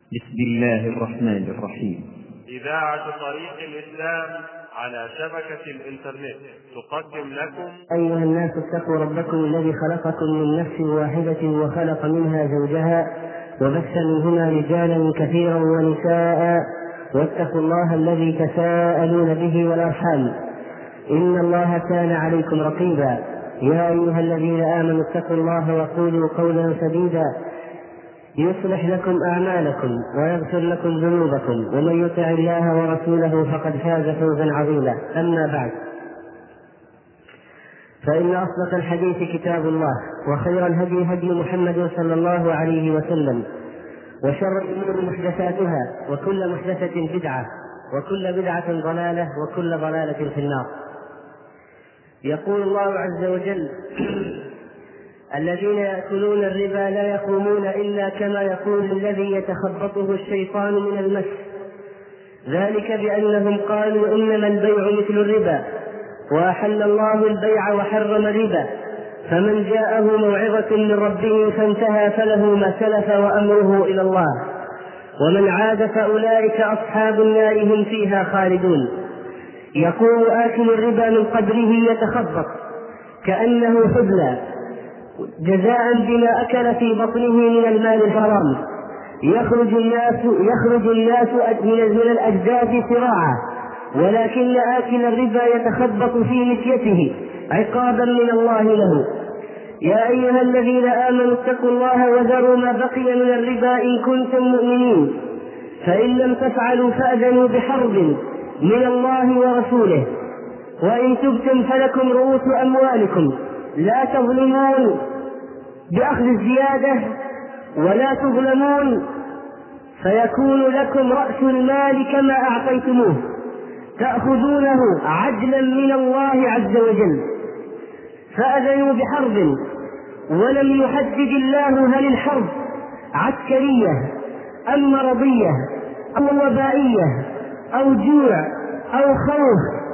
بسم الله الرحمن الرحيم. إذاعة طريق الإسلام على شبكة الإنترنت تقدم لكم أيها الناس اتقوا ربكم الذي خلقكم من نفس واحدة وخلق منها زوجها وبث منهما رجالا كثيرا ونساء واتقوا الله الذي تساءلون به والأرحام إن الله كان عليكم رقيبا. يا أيها الذين آمنوا اتقوا الله وقولوا قولا سديدا يصلح لكم أعمالكم ويغفر لكم ذنوبكم ومن يطع الله ورسوله فقد فاز فوزا عظيما. أما بعد، فإن أصدق الحديث كتاب الله وخير الهدي هدي محمد صلى الله عليه وسلم وشر الأمور محدثاتها وكل محدثة بدعة وكل بدعة ضلالة وكل ضلالة في النار. يقول الله عز وجل: الذين يأكلون الربا لا يقومون إلا كما يقول الذي يتخبطه الشيطان من المس، ذلك بأنهم قالوا إنما البيع مثل الربا وأحل الله البيع وحرم الربا، فمن جاءه موعظة من ربه فانتهى فله ما سلف وأمره إلى الله ومن عاد فأولئك أصحاب النار هم فيها خالدون. يقول آكل الربا من قبره يتخبط كأنه حبلى جزاء بما أكل في بطنه من المال الحرام، يخرج الناس من الأجداث سراعا، ولكن آكل الربا يتخبط في مشيته عقابا من الله له. يا أيها الذين آمنوا اتقوا الله وذروا ما بقي من الربا إن كنتم مؤمنين، فإن لم تفعلوا فأذنوا بحرب من الله ورسوله، وإن تبتم فلكم رؤوس أموالكم لا تظلمون بأخذ الزيادة ولا تظلمون، فيكون لكم رأس المال كما أعطيتموه تأخذونه عدلا من الله عز وجل. فأذنوا بحرب، ولم يحدد الله هل الحرب عسكرية أم مرضية أو وبائية أو جوع أو خوف،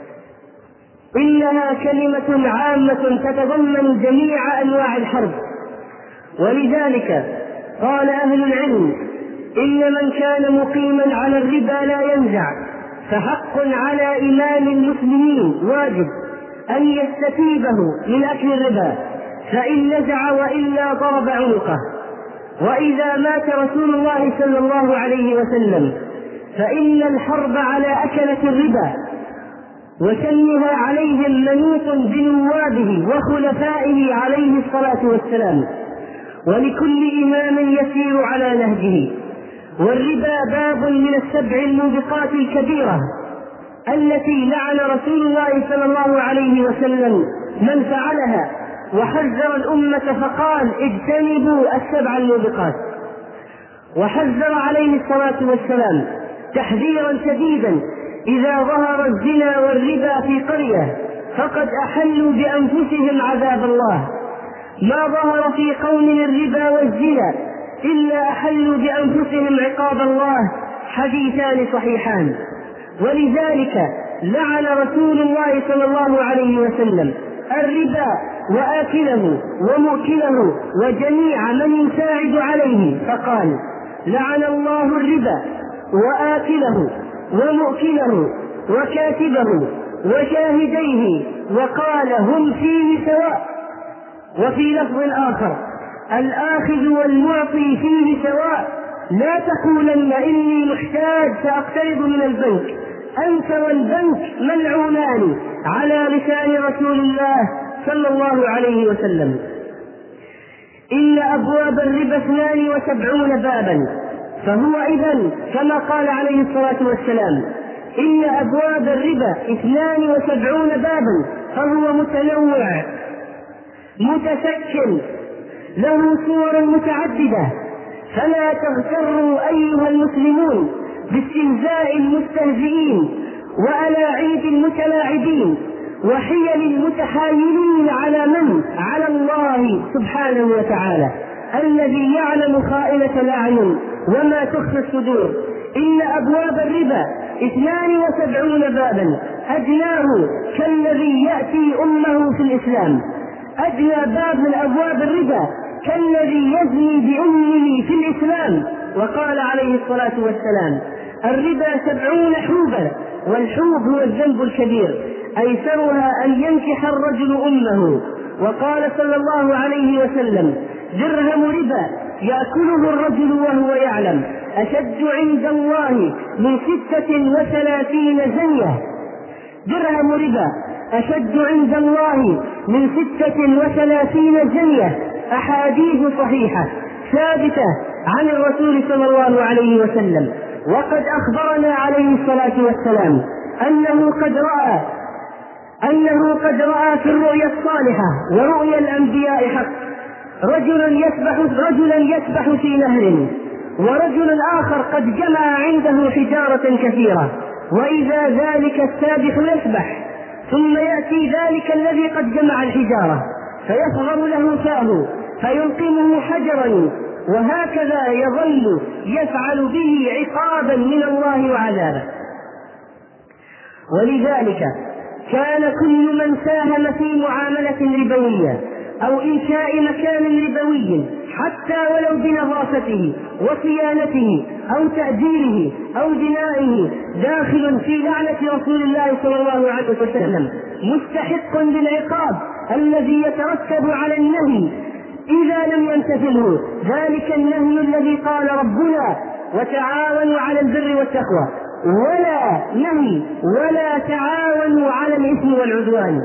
إنها كلمة عامة تتضمن جميع أنواع الحرب. ولذلك قال أهل العلم: إن من كان مقيما على الربا لا ينزع، فحق على إمام المسلمين واجب أن يستتيبه من أكل الربا، فإن نزع وإلا ضرب عنقه. وإذا مات رسول الله صلى الله عليه وسلم فإن الحرب على أكلة الربا وسمها عليهم منوط بنوابه وخلفائه عليه الصلاة والسلام، ولكل إمام يسير على نهجه. والربا باب من السبع الموبقات الكبيرة التي لعن رسول الله صلى الله عليه وسلم من فعلها، وحذر الأمة فقال: اجتنبوا السبع الموبقات. وحذر عليه الصلاة والسلام تحذيرا شديدا: إذا ظهر الزنا والربا في قرية فقد أحلوا بأنفسهم عذاب الله. ما ظهر في قوم الربا والزنا إلا أحلوا بأنفسهم عقاب الله، حديثان صحيحان. ولذلك لعن رسول الله صلى الله عليه وسلم الربا وآكله ومؤكله وجميع من يساعد عليه، فقال: لعن الله الربا وآكله ومؤكله وكاتبه وشاهديه، وقال: هم فيه سواء. وفي لفظ آخر: الآخذ والمعطي فيه سواء، لا تقولن إني محتاج فأقترض من البنك، أنت والبنك ملعونان، على لسان رسول الله صلى الله عليه وسلم. إن أبواب الربا 72 بابا، فهو إذن كما قال عليه الصلاة والسلام: إن أبواب الربا 72 بابا، فهو متنوع متشكل له صور متعددة. فلا تغتروا أيها المسلمون باستهزاء المستهزئين وألاعيب المتلاعبين وحيل المتحايلين على الله سبحانه وتعالى الذي يعلم خائنة الأعين وما تخفي الصدور. إن أبواب الربا 72 بابا، أدناه كالذي يأتي أمه في الإسلام. أدنى باب من أبواب الربا كالذي يزني بأمه في الإسلام، وقال عليه الصلاة والسلام: الربا 70 حوبا، والحوب هو الذنب الكبير، أيسرها أن ينكح الرجل أمه. وقال صلى الله عليه وسلم: درهم ربا يأكله الرجل وهو يعلم أشد عند الله من 36 زنية. درهم ربا أشد عند الله من 36 زنية. أحاديث صحيحة ثابتة عن الرسول صلى الله عليه وسلم. وقد أخبرنا عليه الصلاة والسلام أنه قد رأى في الرؤيا الصالحة ورؤيا الأنبياء حق رجلا يسبح في نهر، ورجل آخر قد جمع عنده حجارة كثيرة، وإذا ذلك السابح يسبح، ثم يأتي ذلك الذي قد جمع الحجارة فيصغر له فاه فيلقمه حجرا، وهكذا يظل يفعل به عقابا من الله وعذابا. ولذلك كان كل من ساهم في معاملة ربوية أو إنشاء مكان ربوي حتى ولو بنظافته وصيانته أو تأجيره أو بنائه داخل في لعنة رسول الله صلى الله عليه وسلم، مستحق للعقاب الذي يترتب على النهي إذا لم يمتثله ذلك النهي الذي قال ربنا: وتعاونوا على البر والتقوى، ولا نهي ولا تعاونوا على الإثم والعدوان.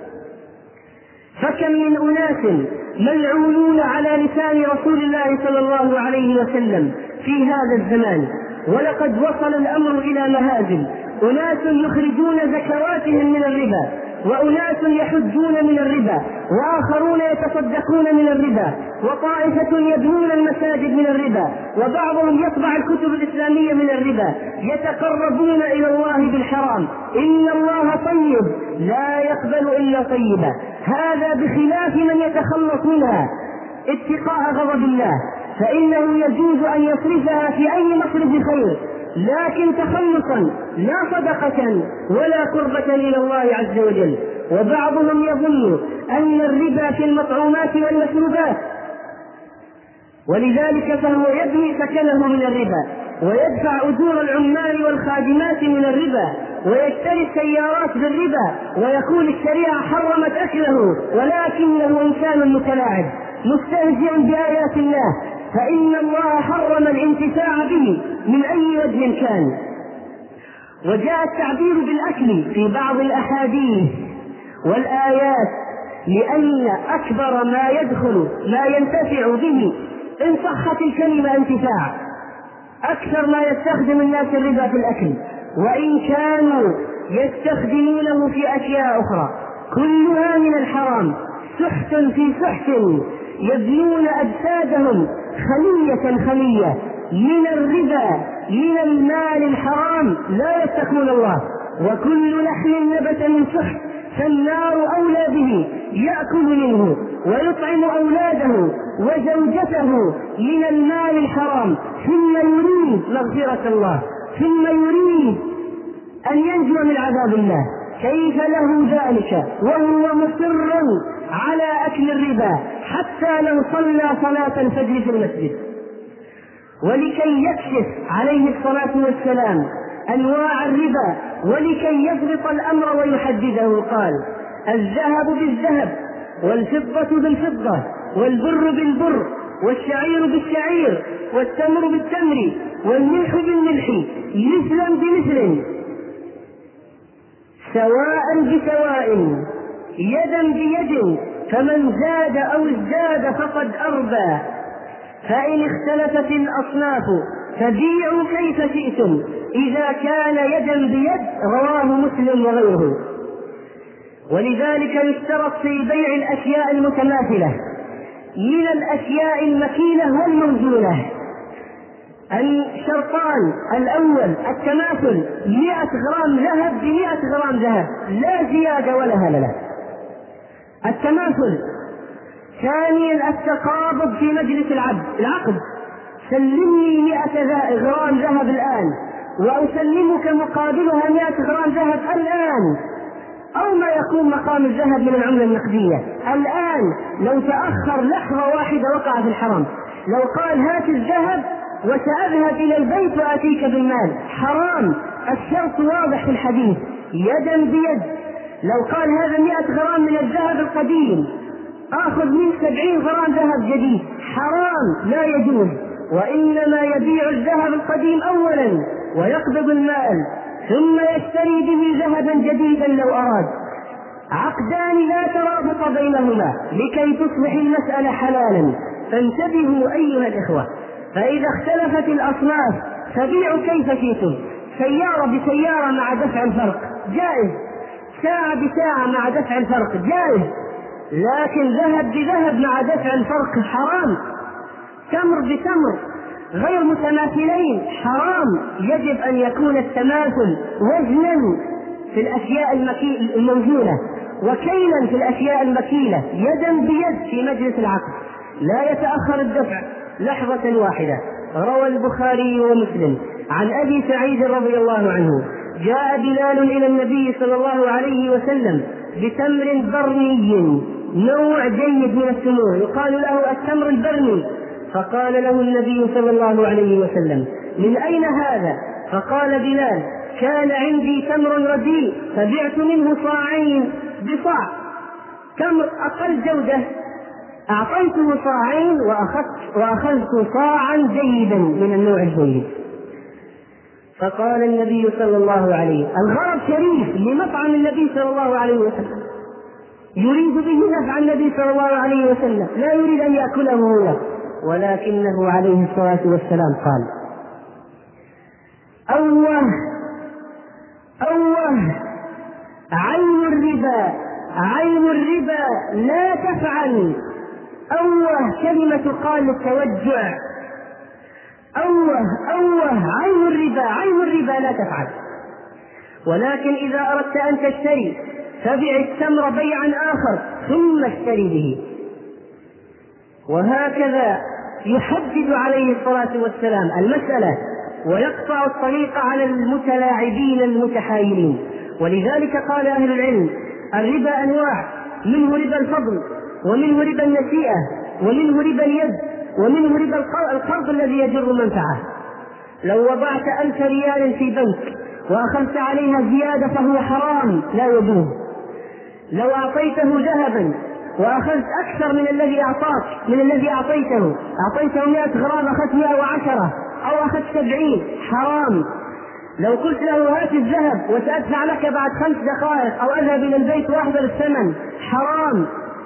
فكم من أناس ملعونون على لسان رسول الله صلى الله عليه وسلم في هذا الزمان، ولقد وصل الأمر إلى مهازل. أناس يخرجون زكواتهم من الربا، وأناس يحجون من الربا، وآخرون يتصدقون من الربا، وطائفة يبنون المساجد من الربا، وبعضهم يطبع الكتب الإسلامية من الربا، يتقربون إلى الله بالحرام. إن الله طيب لا يقبل إلا طيبا. هذا بخلاف من يتخلص منها اتقاء غضب الله، فإنه يجوز أن يصرفها في أي مصرف خير، لكن تخلصا لا صدقة ولا قربة إلى الله عز وجل. وبعضهم يظن أن الربا في المطعومات والمشروبات، ولذلك فهو يبني سكنه من الربا، ويدفع أجور العمال والخادمات من الربا، ويشتري السيارات بالربا، ويقول الشريعة حرمت أكله، ولكنه إنسان متلاعب مستهزئ بآيات الله، فإن الله حرم الانتفاع به من أي وجه كان. وجاء التعبير بالأكل في بعض الأحاديث والآيات لأن أكبر ما يدخل ما ينتفع به، إن صحت الكلمة انتفاع، أكثر ما يستخدم الناس الربا في الأكل، وإن كانوا يستخدمونه في أشياء أخرى كلها من الحرام. سحت في سحت، يبنون أجسادهم خلية من الربا، من المال الحرام، لا يتقون الله. وكل لحم نبت من سحت فالنار أولى به، يأكل منه ويطعم أولاده وزوجته من المال الحرام، ثم يريد مغفرة الله، ثم يريد أن ينجو من عذاب الله. كيف له ذلك وهو مصر على أكل الربا حتى لو صلى صلاة الفجر في المسجد؟ ولكي يكشف عليه الصلاة والسلام أنواع الربا ولكي يضبط الأمر ويحدده قال: الذهب بالذهب، والفضة بالفضة، والبر بالبر، والشعير بالشعير، والتمر بالتمر، والملح بالملح، مثلا بمثل، سواء بسواء، يدا بيد، فمن زاد أو ازداد فقد أربى. فإن اختلفت الأصناف فبيعوا كيف شئتم إذا كان يدا بيد. رواه مسلم وغيره. ولذلك يشترط في بيع الأشياء المتماثلة من الأشياء المكينة والموزونة الشرطان: الأول التماثل، 100 غرام ذهب ب100 غرام ذهب، لا زيادة ولا هللة، التماثل. ثانيا التقابض في مجلس العقد، سلمني 100 غرام ذهب الآن وأسلمك مقابلها 100 غرام ذهب الآن، أو ما يكون مقام الذهب من العملة النقدية الآن. لو تأخر لحظة واحدة وقع في الحرام. لو قال هات الذهب وسأذهب إلى البيت وأتيك بالمال. حرام. الشرط واضح في الحديث يدا بيد. لو قال هذا 100 غرام من الذهب القديم آخذ من 70 غرام ذهب جديد، حرام، لا يجوز. وإنما يبيع الذهب القديم أولا ويقبض المال ثم يشتري به ذهبا جديدا لو أراد. عقدان لا ترابط بينهما لكي تصبح المسألة حلالا. فانتبهوا أيها الإخوة، فإذا اختلفت الأصناف فبيعوا كيف شئتم، سيارة بسيارة مع دفع الفرق جائز، ساعة بساعة مع دفع الفرق جائز، لكن ذهب بذهب مع دفع الفرق حرام. تمر بتمر غير متماثلين حرام. يجب أن يكون التماثل وزنا في الأشياء الموزونة وكيلا في الأشياء المكيلة، يدا بيد في مجلس العقد، لا يتأخر الدفع لحظة واحدة. روى البخاري ومسلم عن أبي سعيد رضي الله عنه: جاء بلال إلى النبي صلى الله عليه وسلم بتمر برني، نوع جيد من التمور يقال له التمر البرني، فقال له النبي صلى الله عليه وسلم: من أين هذا؟ فقال بلال: كان عندي تمر رديء فبعت منه صاعين بصاع، تمر أقل جودة أعطيته صاعين وأخذت صاعا جيدا من النوع الجيد. فقال النبي صلى الله عليه وسلم: الغرض شريف لمطعم النبي صلى الله عليه وسلم، يريد به نفع النبي صلى الله عليه وسلم، لا يريد أن يأكله هو، ولكنه عليه الصلاة والسلام قال: أوه عين الربا لا تفعل. أوه كلمة قال للتوجع، أوه عين الربا لا تفعل. ولكن إذا أردت أن تشتري فبع التمر بيعا آخر ثم اشتري به. وهكذا يحدد عليه الصلاة والسلام المسألة ويقطع الطريق على المتلاعبين المتحايلين. ولذلك قال أهل العلم: الربا أنواع، منه ربا الفضل، ومنه ربا النسيئة، ومنه ربا اليد، ومنه ربا القرض الذي يجر منفعه. لو وضعت 1000 ريال في بنك وأخذت عليها زيادة فهو حرام، لا يجوز. لو أعطيته ذهبا وأخذت أكثر من الذي أعطاك من الذي أعطيته 100 غرام أخذت 110 أو أخذت 70، حرام. لو قلت له هات الذهب وسأدفع لك بعد 5 دقائق أو أذهب إلى البيت وأحضر الثمن، حرام.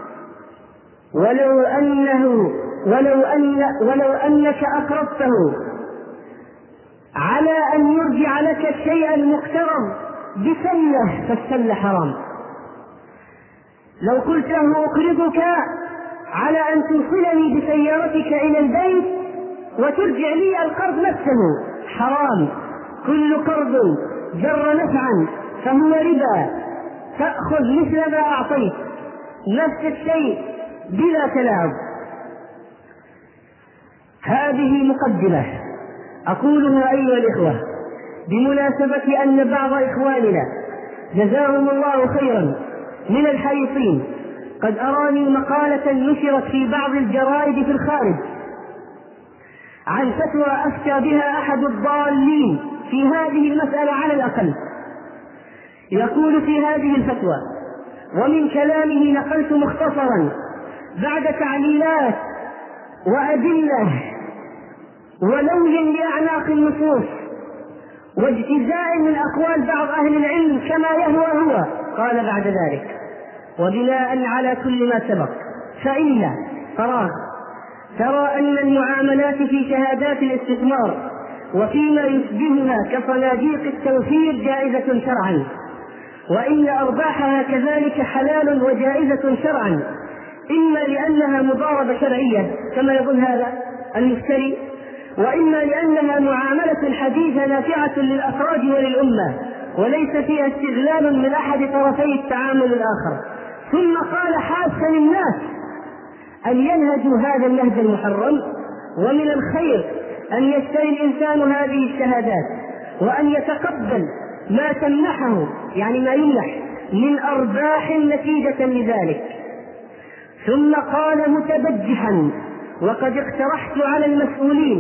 ولو أنك أقرضته على أن يرجع لك الشيء المقترض بسلة فالسلة حرام. لو قلت له أقرضك على أن توصلني بسيارتك إلى البيت وترجع لي القرض نفسه، حرام. كل قرض جر نفعا فهو ربا، تأخذ مثل ما أعطيت، نفس الشيء بلا تلاعب. هذه مقدمة أقولها أيها الإخوة بمناسبة أن بعض إخواننا جزاهم الله خيرا من الحريصين قد أراني مقالة نشرت في بعض الجرائد في الخارج عن فتوى أفتى بها أحد الضالين في هذه المسألة على الأقل. يقول في هذه الفتوى، ومن كلامه نقلت مختصرا بعد تعليلات وأدلة ولوي لأعناق النصوص واجتزاء من أقوال بعض أهل العلم كما يهوى هو. قال بعد ذلك: وبناء على كل ما سبق فإن ترى أن المعاملات في شهادات الاستثمار وفيما يشبهها كصناديق التوفير جائزة شرعا، وإن أرباحها كذلك حلال وجائزة شرعا، إما لأنها مضاربة شرعية كما يظن هذا المشتري، وإما لأنها معاملة حديثة نافعة للأفراد وللأمة وليس فيها استغلال من أحد طرفي التعامل الآخر. ثم قال حاثا الناس أن ينهجوا هذا النهج المحرم، ومن الخير أن يشتري الإنسان هذه الشهادات وأن يتقبل ما تمنحه، يعني ما يمنح من أرباح نتيجة لذلك. ثم قال متبجحا: وقد اقترحت على المسؤولين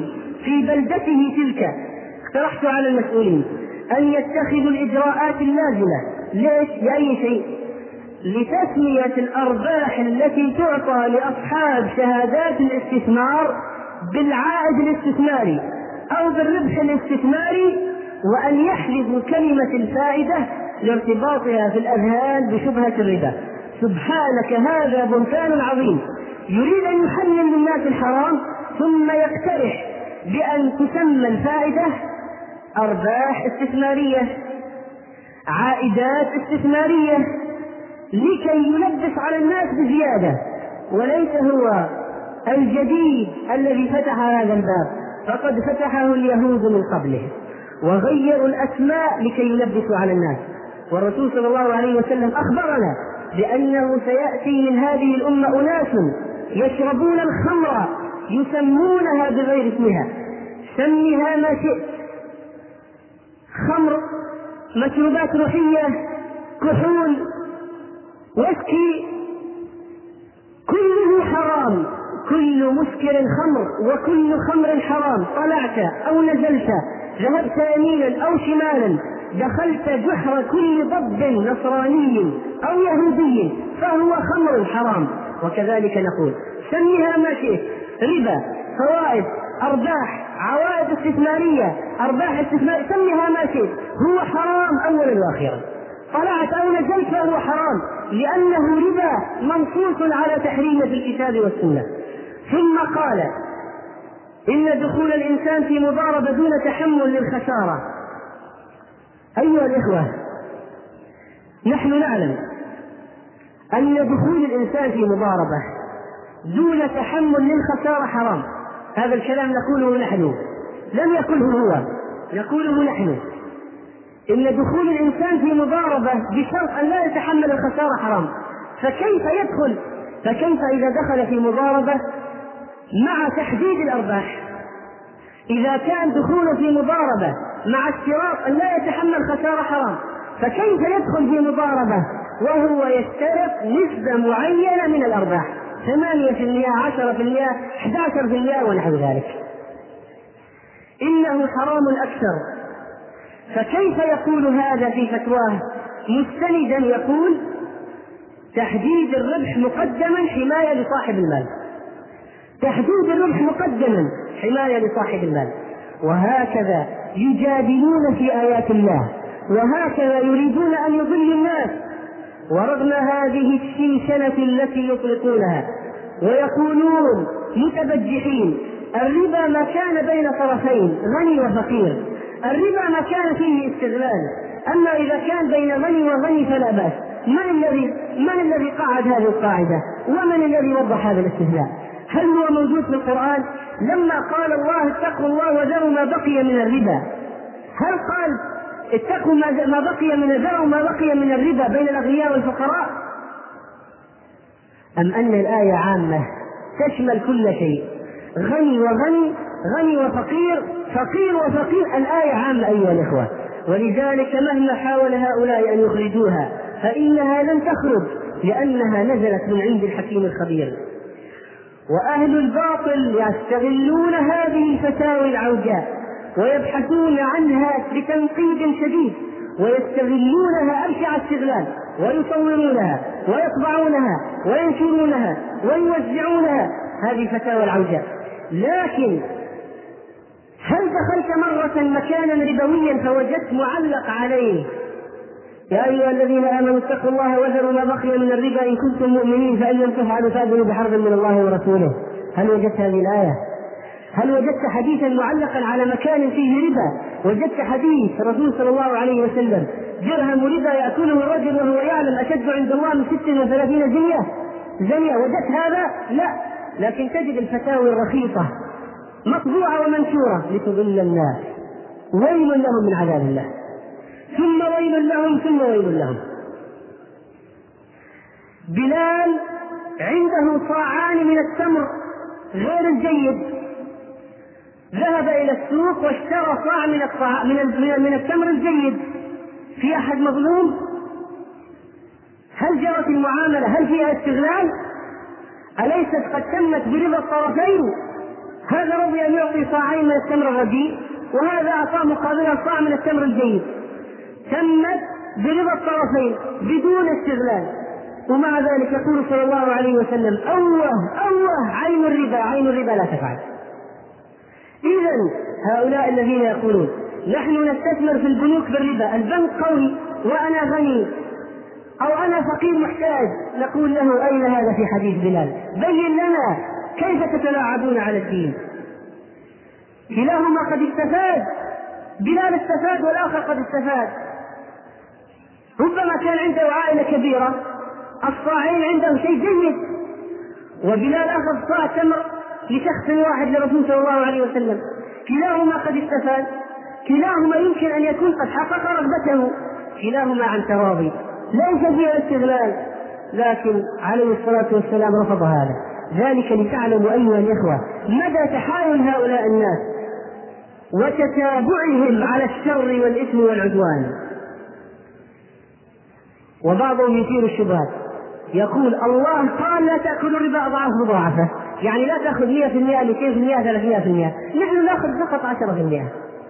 في بلدته تلك. اقترحت على المسؤولين أن يتخذوا الإجراءات اللازمة. ليش؟ لأي شيء؟ لتسمية الأرباح التي تعطى لأصحاب شهادات الاستثمار بالعائد الاستثماري أو بالربح الاستثماري، وأن يحذفوا كلمة الفائدة لارتباطها في الأذهان بشبهة الربا. سبحانك، هذا بهتان عظيم. يريد أن يحلل للناس الحرام ثم يقترح بأن تسمى الفائدة أرباح استثمارية، عائدات استثمارية، لكي يلبس على الناس بزيادة. وليس هو الجديد الذي فتح هذا الباب، فقد فتحه اليهود من قبله وغيروا الأسماء لكي يلبسوا على الناس. والرسول صلى الله عليه وسلم أخبرنا بأنه سيأتي من هذه الأمة أناس يشربون الخمر يسمونها بغير اسمها. سمها ما شئت، خمر، مشروبات روحية، كحول، ويسكي، كله حرام. كل مسكر خمر وكل خمر حرام. طلعت أو نزلت، ذهبت يمينا أو شمالا، دخلت جحر كل ضب نصراني أو يهودي فهو خمر حرام. وكذلك نقول سميها ما شئت، ربا، فوائد، أرباح، عوائد استثمارية، أرباح استثمارية، سميها ما شئت، هو حرام أولا وآخرا. طلعت أو نزلت فهو حرام، لأنه ربا منصوص على تحريمه في الكتاب والسنة. ثم قال إن دخول الإنسان في مضاربة دون تحمل للخسارة. أيها الإخوة، نحن نعلم أن دخول الإنسان في مضاربة دون تحمل للخسارة حرام. هذا الكلام نقوله نحن، لم يقله هو، نقوله نحن. إن دخول الإنسان في مضاربة بشرط أن لا يتحمل الخسارة حرام. فكيف إذا دخل في مضاربة مع تحديد الأرباح؟ إذا كان دخوله في مضاربة مع اشتراط أن لا يتحمل خسارة حرام، فكيف يدخل في مضاربة وهو يشترط نسبة معينة من الأرباح، 8%، 10%، 11% ونحو ذلك؟ إنه حرام أكثر. فكيف يقول هذا في فتواه مستندا يقول تحديد الربح مقدما حماية لصاحب المال، تحديد الربح مقدما حماية لصاحب المال. وهكذا يجادلون في آيات الله، وهكذا يريدون أن يضلوا الناس. ورغم هذه الشنشنة التي يطلقونها ويقولون متبجحين الربا ما كان بين طرفين غني وفقير، الربا ما كان فيه استغلال، أما إذا كان بين غني وغني فلا بأس. من الذي قاعد هذه القاعدة؟ ومن الذي وضح هذا الاستهلاك؟ هل هو موجود في القرآن؟ لما قال الله اتقوا الله وذروا ما بقي من الربا، هل قال اتقوا ما بقي من الذروا ما بقي من الربا بين الأغنياء والفقراء؟ أم أن الآية عامة تشمل كل شيء، غني وغني، غني وفقير، فقير وفقير؟ الآية عامة أيها الإخوة. ولذلك مهما حاول هؤلاء أن يخرجوها فإنها لن تخرج، لأنها نزلت من عند الحكيم الخبير. وأهل الباطل يستغلون هذه الفتاوي العوجاء ويبحثون عنها بتنقيد شديد، ويستغلونها أبشع استغلال، ويصورونها ويطبعونها وينشرونها ويوزعونها، هذه فتاوى العوجاء. لكن هل دخلت مرة مكانا ربويا فوجدت معلق عليه يا أيها الذين آمنوا اتقوا الله وذروا ما بقي من الربا إن كنتم مؤمنين فإن لم تفعلوا فأذنوا بحرب من الله ورسوله؟ هل وجدت هذه الآية؟ هل وجدت حديثا معلقا على مكان فيه ربا؟ وجدت حديث الرسول صلى الله عليه وسلم درهم ربا يأكله الرجل وهو يعلم أشد عند الله من 36 زنية؟ وجدت هذا؟ لا. لكن تجد الفتاوي الرخيصة مطبوعة ومنشورة لتضل الناس. ويل لهم من عذاب الله، ثم ويل لهم، ثم ويل لهم. بلال عنده صاعان من التمر غير الجيد، ذهب إلى السوق واشترى صاع من التمر الجيد. في أحد مظلوم؟ هل جرت المعاملة؟ هل فيها استغلال؟ أليست قد تمت برضا الطرفين؟ هذا رضي أن يعطي صاعين من التمر الرديء، وهذا أعطاه مقابلها صاع من التمر الجيد. تمت برضا الطرفين بدون استغلال. ومع ذلك يقول صلى الله عليه وسلم: أوه عين الربا لا تفعل. إذن هؤلاء الذين يقولون نحن نستثمر في البنوك بالربا، البنك قوي وأنا غني أو أنا فقير محتاج، نقول له: أين هذا في حديث بلال؟ بين لنا كيف تتلاعبون على الدين. كلاهما قد استفاد، بلال استفاد والآخر قد استفاد. ربما كان عنده عائلة كبيرة، الصاعين عنده شيء جيد، وبلال أخذ صاع تمر لشخص واحد لرسول صلى الله عليه وسلم. كلاهما قد استفاد، كلاهما يمكن أن يكون قد حقق رغبته، كلاهما عن تراضي ليس فيها استغلال. لكن عليه الصلاة والسلام رفض هذا، ذلك لتعلموا أيها الإخوة مدى تحايل هؤلاء الناس وتتابعهم على الشر والإثم والعدوان. وبعضهم يثير الشبهات، يقول: الله قال لا تأكلوا الربا أضعاف مضاعفة، يعني لا تأخذ 100%، 200%، 300%، نحن نأخذ فقط 10%.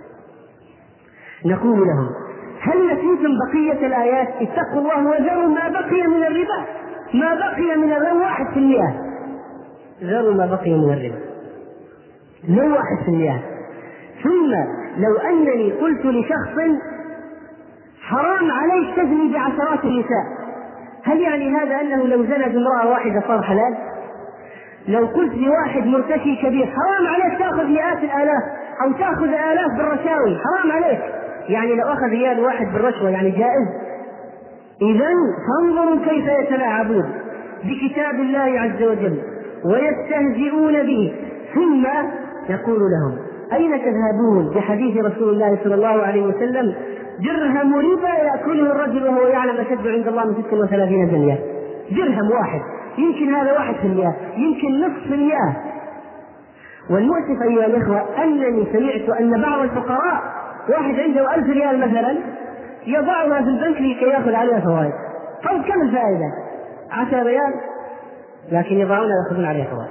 نقول لهم: هل نسيتم بقية الآيات؟ اتقوا الله وذروا ما بقي من الربا، ما بقي من الربا 1%، ذروا ما بقي من الربا لو 1%. ثم لو أنني قلت لشخص: حرام عليك تزني بعشرات النساء، هل يعني هذا أنه لو زنى بامرأة واحدة صار حلال؟ لو قلت لواحد مرتشي كبير: حرام عليك تأخذ مئات الآلاف أو تأخذ آلاف بالرشاوي، حرام عليك، يعني لو أخذ ريال واحد بالرشوة يعني جائز. إذن فانظروا كيف يتلاعبون بكتاب الله عز وجل ويستهزئون به. ثم يقول لهم: أين تذهبون بحديث رسول الله صلى الله عليه وسلم: درهم ربا يأكله الرجل وهو يعلم أشد عند الله من 36 جنيه. درهم واحد، يمكن هذا 1%، يمكن نصف المئة. والمؤسف أيها الإخوة أنني سمعت أن بعض الفقراء واحد عنده 1000 ريال مثلا يضعها في البنك لكي يأخذ عليها فوائد. طيب كم الفائدة؟ 10 ريال، لكن يضعونها ويأخذون عليها فوائد.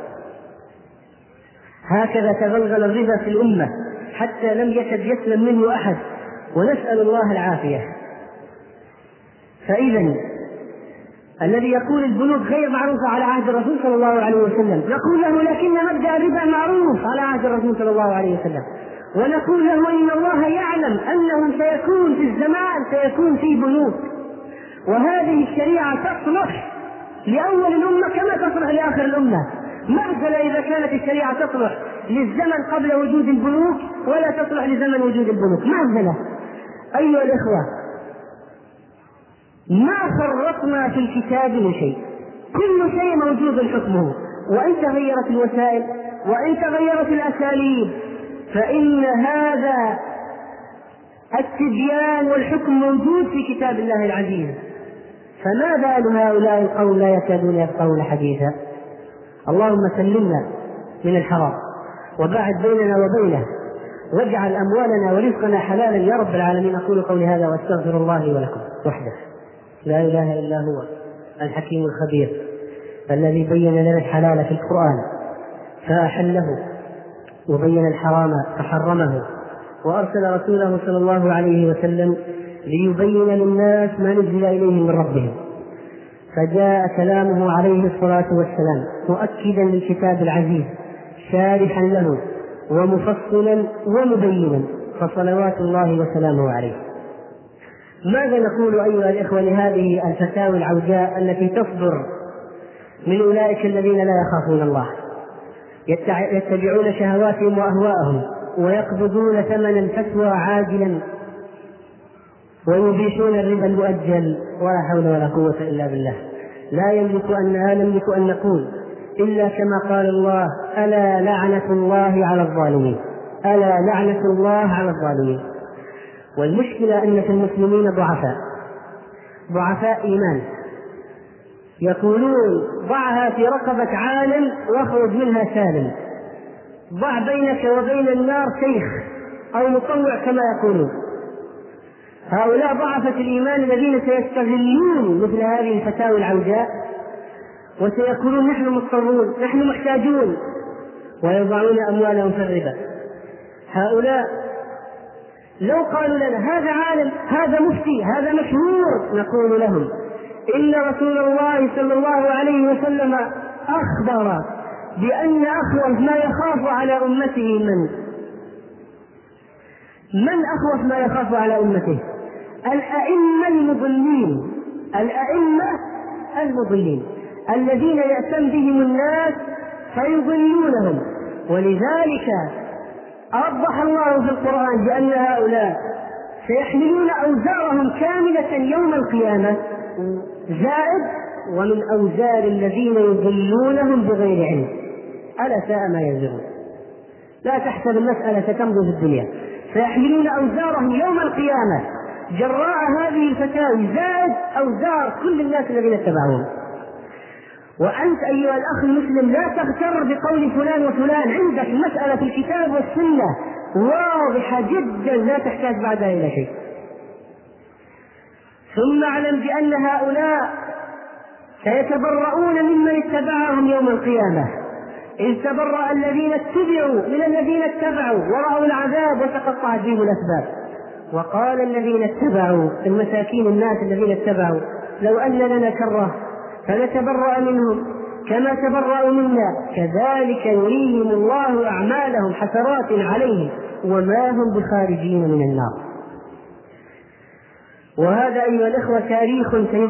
هكذا تغلغل الربا في الأمة حتى لم يكد يسلم منه أحد، ونسأل الله العافية. فإذا الذي يقول البنوك غير معروفة على عهد الرسول صلى الله عليه وسلم نقول له: لكن مبدأ الربا معروف على عهد الرسول صلى الله عليه وسلم. ونقول له: إن الله يعلم أنه سيكون في الزمان سيكون في بنوك، وهذه الشريعة تصلح لأول الأمة كما تصلح لآخر الأمة. مثلا إذا كانت الشريعة تصلح للزمن قبل وجود البنوك ولا تصلح لزمن وجود البنوك. مثلا أيها الإخوة، ما فرطنا في الكتاب من شيء، كل شيء موجود حكمه، وإن تغيرت الوسائل وإن تغيرت الأساليب فإن هذا التبيان والحكم موجود في كتاب الله العزيز. فما بال هؤلاء القوم لا يكادون يفقهون حديثا. اللهم سلمنا من الحرام وباعد بيننا وبينه، واجعل أموالنا ورزقنا حلالا يا رب العالمين. أقول قولي هذا واستغفر الله لي ولكم وحده، لا إله إلا هو الحكيم الخبير الذي بين لنا الحلال في القرآن فأحله وبين الحرام فحرمه، وأرسل رسوله صلى الله عليه وسلم ليبين للناس ما نزل إليهم من ربهم، فجاء كلامه عليه الصلاة والسلام مؤكدا للكتاب العزيز شارحا له ومفصلا ومبينا، فصلوات الله وسلامه عليه. ماذا نقول أيها الإخوة لهذه الفتاوى العوجاء التي تصدر من أولئك الذين لا يخافون الله، يتبعون شهواتهم وأهواءهم ويقبضون ثمن الفتوى عاجلا ويبيحون الربا المؤجل؟ ولا حول ولا قوة إلا بالله. لا نملك أن نقول إلا كما قال الله: ألا لعنة الله على الظالمين، ألا لعنة الله على الظالمين. والمشكلة أن في المسلمين ضعفاء إيمان، يقولون: ضعها في رقبة عالم واخرج منها سالم، ضع بينك وبين النار شيخ أو مطوع كما يقولون. هؤلاء ضعفة الإيمان الذين سيستغلون مثل هذه الفتاوى العوجاء وسيقولون: نحن مضطرون، نحن محتاجون، ويضعون أموالهم في الربا. هؤلاء لو قالوا لنا هذا عالم، هذا مفتي، هذا مشهور، نقول لهم إن رسول الله صلى الله عليه وسلم أخبر بأن أخوف ما يخاف على أمته من أخوف ما يخاف على أمته؟ الأئمة المضلين، الأئمة المضلين الذين يأتم بهم الناس فيضلونهم. ولذلك أوضح الله في القرآن بأن هؤلاء سيحملون أوزارهم كاملة يوم القيامة زائد ومن أوزار الذين يضلونهم بغير علم. ألا ساء ما يزرون. لا تحسب المسألة تمضي في الدنيا، سيحملون أوزارهم يوم القيامة جراء هذه الفتاوي زائد أوزار كل الناس الذين اتبعوهم. وأنت أيها الأخ المسلم لا تغتر بقول فلان وفلان، عندك مسألة الكتاب والسنة واضحة جدا لا تحتاج بعدها إلى شيء. ثم اعلم بأن هؤلاء سيتبرؤون ممن اتبعهم يوم القيامة، إذ تبرأ الذين اتبعوا من الذين اتبعوا ورأوا العذاب وتقطعت بهم الأسباب. وقال الذين اتبعوا المساكين الناس الذين اتبعوا لو أن لنا كرة فنتبرأ منهم كما تبرأوا منا كذلك يريهم الله أعمالهم حسرات عليهم وما هم بخارجين من النار. وهذا أيها الإخوة تاريخ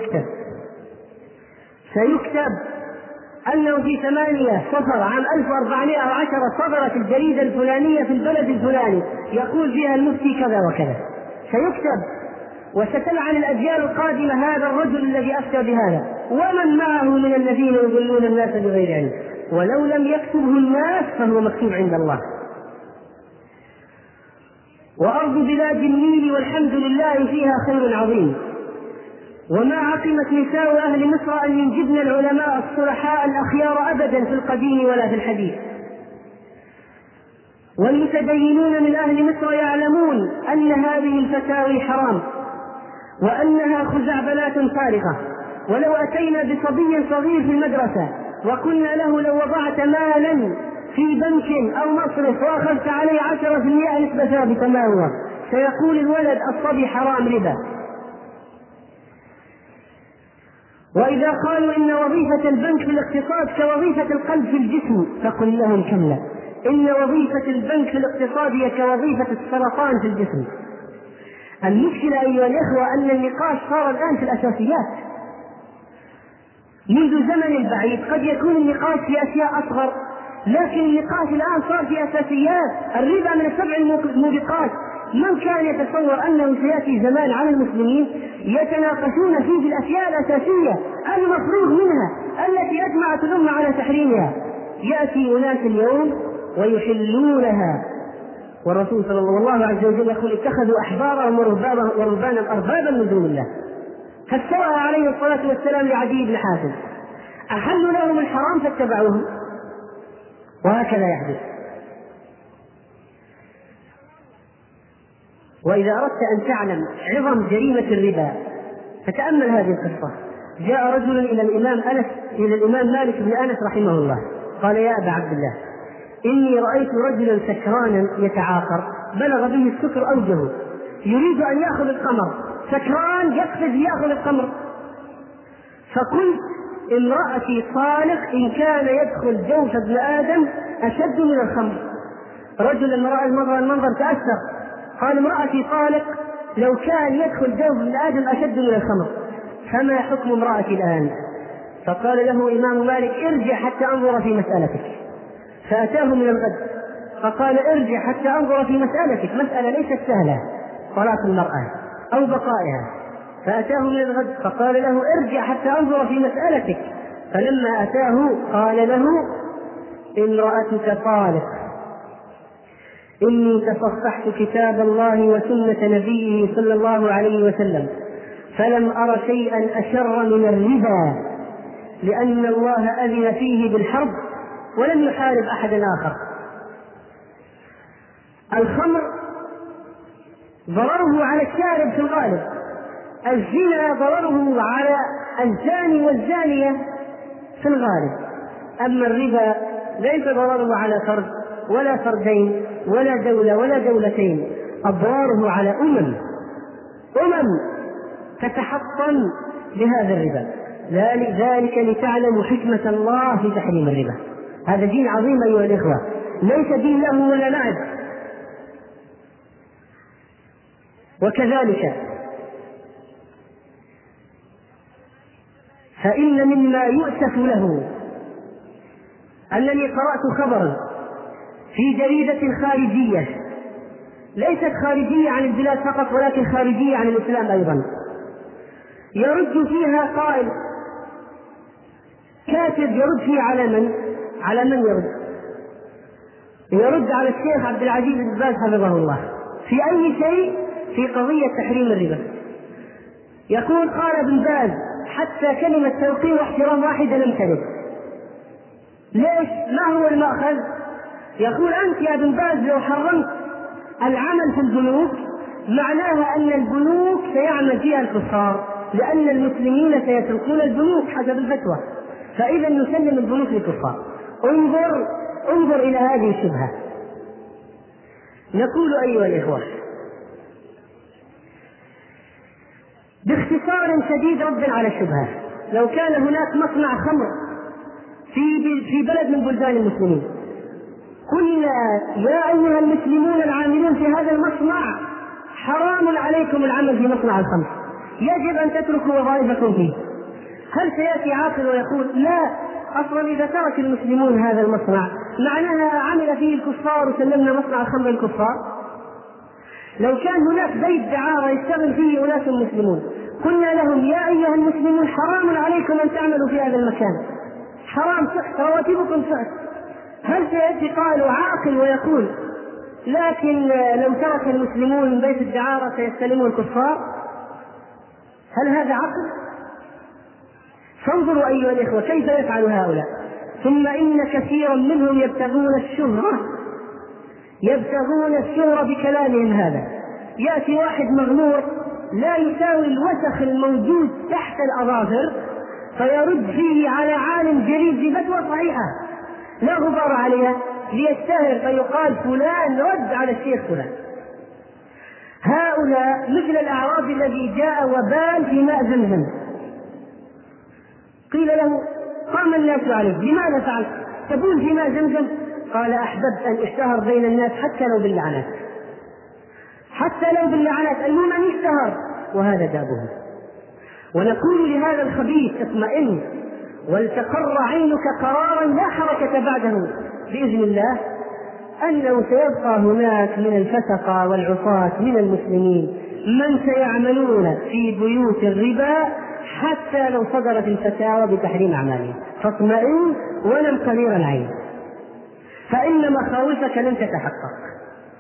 سيكتب أنه في 8 صفر عام 1410 صدرت الجريدة الفلانية في البلد الفلاني يقول فيها المفتي كذا وكذا، سيكتب وستلعن الأجيال القادمة هذا الرجل الذي أفتى بهذا ومن معه من الذين يضلون الناس بغير علم. ولو لم يكتبه الناس فهو مكتوب عند الله. وأرض بلاد النيل والحمد لله فيها خير عظيم، وما عقمت نساء أهل مصر أن ينجبن العلماء الصلحاء الأخيار أبدا في القديم ولا في الحديث. والمتدينون من أهل مصر يعلمون أن هذه الفتاوي حرام وأنها خزعبلات فارغة. ولو أتينا بصبي صغير في المدرسة وقلنا له لو وضعت مالا في بنك أو مصرف وأخذت عليه 10% نسبة ثابتة ما هو؟ سيقول الولد الصبي حرام ربا. وإذا قالوا إن وظيفة البنك في الاقتصاد كوظيفة القلب في الجسم فقل لهم كلا، إن وظيفة البنك في الاقتصاد هي كوظيفة السرطان في الجسم. المشكلة أيها الإخوة أن النقاش صار الآن في الأساسيات. منذ زمن بعيد قد يكون النقاش في أشياء أصغر، لكن النقاش الآن صار في أساسيات. الربا من 7 الموبقات. من كان يتصور أنه سيأتي زمان على المسلمين يتناقشون فيه في الأشياء الأساسية المفروغ منها التي أجمعت الأمة على تحريمها؟ يأتي أناس اليوم ويحلونها، والرسول صلى الله عليه وسلم يقول اتخذوا أحبارهم ورهبانهم أربابا من دون الله. فاستوى عليه الصلاة والسلام لعدي بن حاتم، أحلوا لهم الحرام فاتبعوهم، وهكذا يحدث. وإذا أردت أن تعلم عظم جريمة الربا فتأمل هذه القصة. جاء رجل إلى الإمام مالك بن أنس رحمه الله قال يا أبا عبد الله إني رأيت رجلا سكرانا يتعاقر بلغ به السكر أوجه يريد أن يأخذ الخمر، سكران يقصد يأخذ الخمر، فقلت امرأتي طالق إن كان يدخل جوف ابن آدم أشد من الخمر. رجل لما رأى المنظر تأثر قال امرأتي طالق لو كان يدخل جوف ابن آدم أشد من الخمر، فما حكم امرأتي الآن؟ فقال له إمام مالك ارجع حتى أنظر في مسألتك. فأتاه من الغد فقال ارجع حتى أنظر في مسألتك، مسألة ليست سهلة طلاق المرأة أو بقائها. فأتاه من الغد فقال له ارجع حتى أنظر في مسألتك. فلما أتاه قال له امرأتك طالق، إني تصفحت كتاب الله وسنة نبيه صلى الله عليه وسلم فلم أر شيئا أشر من الربا، لأن الله أذن فيه بالحرب ولم يحارب أحدا آخر. الخمر ضرره على الشارب في الغالب، الزنا ضرره على الزاني والزانية في الغالب، أما الربا ليس ضرره على فرد ولا فردين ولا دولة ولا دولتين، أضراره على أمم تتحطم بهذا الربا. ذلك لتعلموا حكمة الله في تحريم الربا. هذا دين عظيم أيها الإخوة، ليس دين له ولا لعب. وكذلك فإن مما يؤسف له أنني قرأت خبرا في جريدة خارجية، ليست خارجية عن البلاد فقط ولكن خارجية عن الإسلام أيضا، يرد فيها قائل كاتب يرد فيه على من يرد على الشيخ عبد العزيز بن باز حفظه الله في أي شيء في قضية تحريم الربا. يقول قال ابن باز حتى كلمة توقيع واحترام واحدة لم ترد. ليش؟ ما هو المأخذ؟ يقول أنت يا ابن باز لو حرمت العمل في البنوك معناها أن البنوك سيعمل فيها الكفار، لأن المسلمين سيتركون البنوك حسب الفتوى، فإذا نسلم البنوك للكفار. انظر إلى هذه الشبهة. نقول أيها الإخوة باختصار شديد ردا على الشبهة، لو كان هناك مصنع خمر في بلد من بلدان المسلمين قلنا يا أيها المسلمون العاملون في هذا المصنع حرام عليكم العمل في مصنع الخمر، يجب أن تتركوا وظائفكم فيه، هل سيأتي عاقل ويقول لا أصلا إذا ترك المسلمون هذا المصنع معناها عمل فيه الكفار وسلمنا مصنع الخمر الكفار؟ لو كان هناك بيت دعارة يشتغل فيه أناس مسلمون قلنا لهم يا أيها المسلمون حرام عليكم أن تعملوا في هذا المكان، حرام سحت رواتبكم سحت، هل سيأتي قائل عاقل ويقول لكن لو ترك المسلمون من بيت الدعارة سيستلموا الكفار؟ هل هذا عقل؟ فانظروا أيها الإخوة كيف يفعل هؤلاء. ثم إن كثيرا منهم يبتغون الشهرة بكلامهم هذا. يأتي واحد مغمور لا يساوي الوسخ الموجود تحت الأظافر فيرد فيه على عالم جليل بفتوى صحيحة لا غبار عليها ليشتهر فيقال فلان رد على الشيخ فلان. هؤلاء مثل الأعراب الذي جاء وبال في ماء زمزم، قيل له قام الناس عليه لماذا فعلت؟ تبول في ماء زمزم؟ قال أحببت أن اشتهر بين الناس حتى لو باللعنات، المهم أن يشتهر، وهذا دابه. ونقول لهذا الخبيث اطمئن ولتقر عينك قرارا لا حركة بعده بإذن الله، أنه سيبقى هناك من الفسقة والعصاة من المسلمين من سيعملون في بيوت الربا حتى لو صدرت الفتاوى بتحريم أعمالهم، فاطمئن ونم قليل العين فإن مخاوفك لن تتحقق.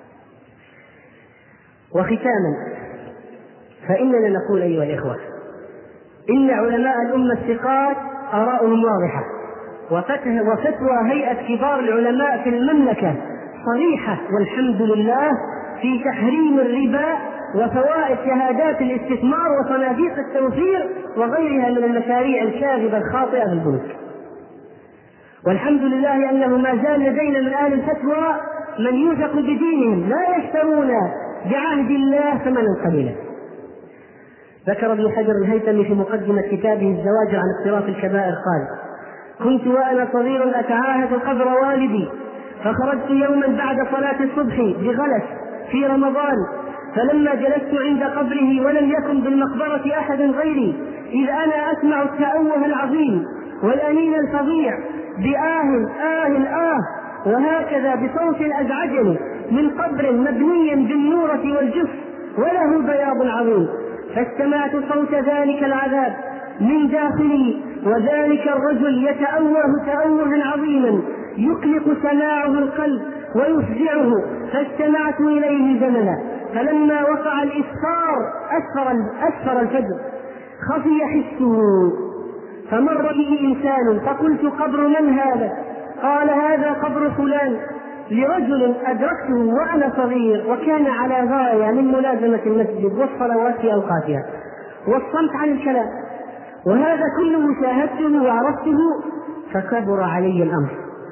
وختاما فإننا نقول أيها الإخوة إن علماء الأمة الثقات آراؤهم واضحة، وفتوى هيئة كبار العلماء في المملكة صريحة والحمد لله في تحريم الربا وفوائد شهادات الاستثمار وصناديق التوفير وغيرها من المشاريع الكاذبة الخاطئة في البنوك. والحمد لله أنه ما زال لدينا من أهل الفتوى من يوثق بدينهم لا يشترون بعهد الله ثمنا قليلا. ذكر ابن حجر الهيثمي في مقدمة كتابه الزواجر عن اقتراف الكبائر قال: كنت وأنا صغير أتعاهد قبر والدي، فخرجت يوما بعد صلاة الصبح بغلس في رمضان، فلما جلست عند قبره ولم يكن بالمقبرة أحد غيري إذ أنا أسمع التأوه العظيم والأنين الفظيع بآه آه آه، وهكذا بصوت أزعجني من قبر مبني بالنورة والجف وله بياض عظيم، فاستمعت صوت ذلك العذاب من داخلي، وذلك الرجل يتأوه تأوها عظيما يقلق سماعه القلب ويفزعه، فاستمعت إليه زمنا، فلما وقع الإسفار أسفر الفجر خفي حسه، فمر به إنسان فقلت: قبر من هذا؟ قال: هذا قبر فلان، لرجل أدركته وأنا صغير وكان على غاية من ملازمة المسجد والصلوات في أوقاتها والصمت عن الكلام، وهذا كله شاهدته وعرفته فكبر علي الأمر.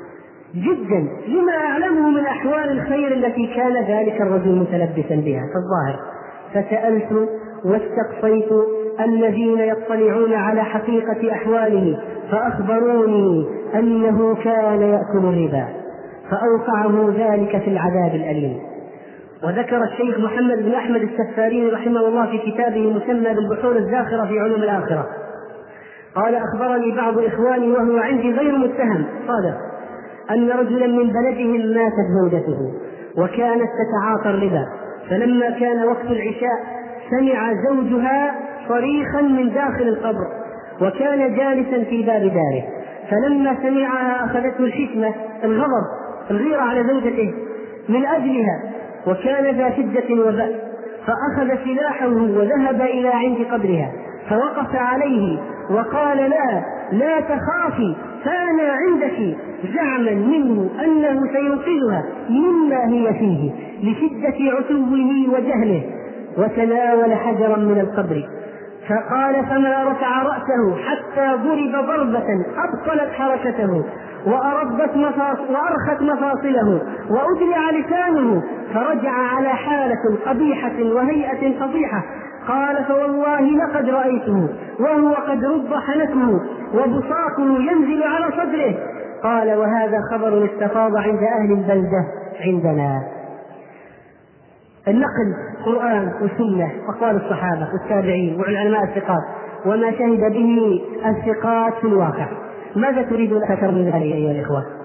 جدا لما أعلمه من أحوال الخير التي كان ذلك الرجل متلبسا بها في الظاهر. فسألت واستقصيت الذين يطلعون على حقيقة أحواله فأخبروني أنه كان يأكل الربا، فأوقعه ذلك في العذاب الأليم. وذكر الشيخ محمد بن أحمد السفاري رحمه الله في كتابه مسمى بالبحور الزاخرة في علوم الآخرة قال: أخبرني بعض إخواني وهو عندي غير متهم صادق أن رجلا من بلدهم ماتت زوجته وكانت تتعاطى الربا، فلما كان وقت العشاء سمع زوجها صريخا من داخل القبر وكان جالسا في باب داره، فلما سمعها أخذته الحكمة الغضب الغيرة على زوجته من أجلها، وكان ذا شدة وبأس، فأخذ سلاحه وذهب إلى عند قبرها فوقف عليه وقال: لا تخافي، فأنا عندك، زعما منه أنه سينقذها مما هي فيه لشدة عتوه وجهله، وتناول حجرا من القبر فقال: فما رفع رأسه حتى ضرب ضربة أبطلت حركته وأرخت مفاصله وأدلع لسانه، فرجع على حالة قبيحة وهيئة فضيحة. قال: فوالله لقد رأيته وهو قد رب حنكه وبصاقه ينزل على صدره. قال: وهذا خبر استفاض عند أهل البلدة عندنا. النقل قرآن وسنة وقال الصحابة والتابعين والعلماء الثقات وما شهد به الثقات في الواقع. ماذا تريد أكثر من ذلك أيها الإخوة؟